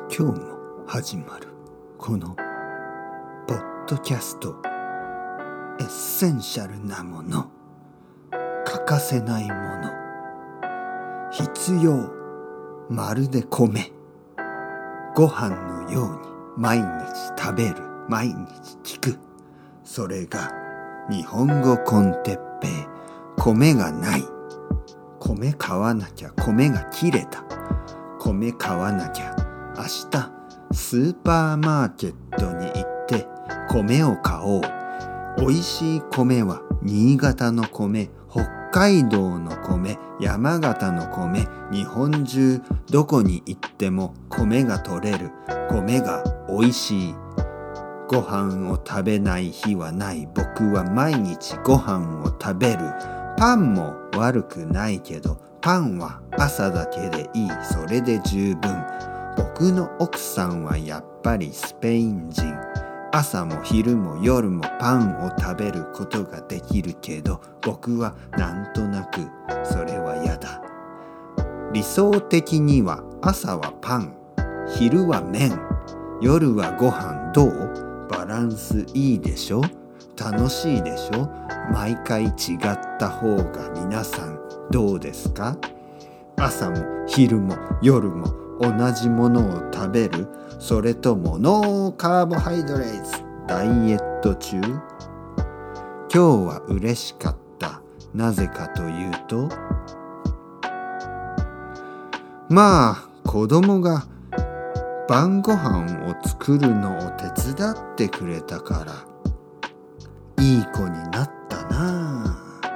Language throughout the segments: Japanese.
今日も始まるこのポッドキャスト。エッセンシャルなもの、欠かせないもの、必要、まるで米、ご飯のように毎日食べる、毎日聞く。それが日本語コンテッペイ。米がない。米買わなきゃ。米が切れた。米買わなきゃ。明日スーパーマーケットに行って米を買おう。美味しい米は新潟の米、北海道の米、山形の米、日本中どこに行っても米が取れる。米が美味しい。ご飯を食べない日はない。僕は毎日ご飯を食べる。パンも悪くないけど、パンは朝だけでいい。それで十分。僕の奥さんはやっぱりスペイン人。朝も昼も夜もパンを食べることができるけど、僕はなんとなくそれは嫌だ。理想的には朝はパン、昼は麺、夜はご飯。どう？バランスいいでしょ？楽しいでしょ？毎回違った方が皆さんどうですか？朝も昼も夜も同じものを食べる？それともノーカーボハイドレートダイエット中？今日は嬉しかった。なぜかというと、子供が晩ご飯を作るのを手伝ってくれたからいい子になったな。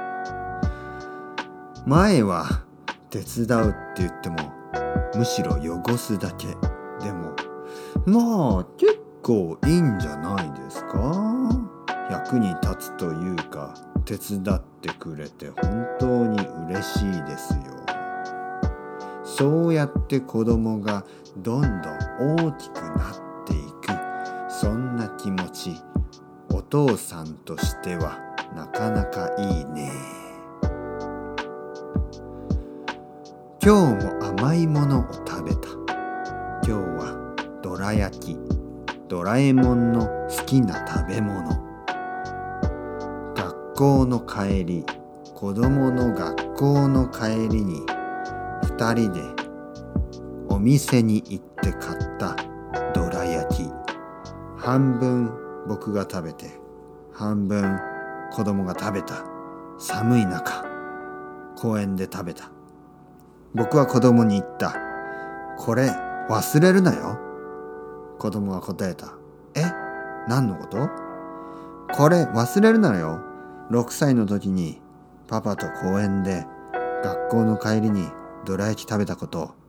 前は手伝うって言ってもむしろ汚すだけ。でも結構いいんじゃないですか。役に立つというか、手伝ってくれて本当に嬉しいですよ。そうやって子供がどんどん大きくなっていく、そんな気持ち、お父さんとしてはなかなかいいね。今日も甘いものを食べた。今日はどら焼き。ドラえもんの好きな食べ物。学校の帰り、子供の学校の帰りに2人でお店に行って買ったどら焼き。半分僕が食べて、半分子供が食べた。寒い中、公園で食べた。僕は子供に言った。これ忘れるなよ。子供は答えた。何のこと？これ忘れるなよ。6歳の時にパパと公園で学校の帰りにどら焼き食べたこと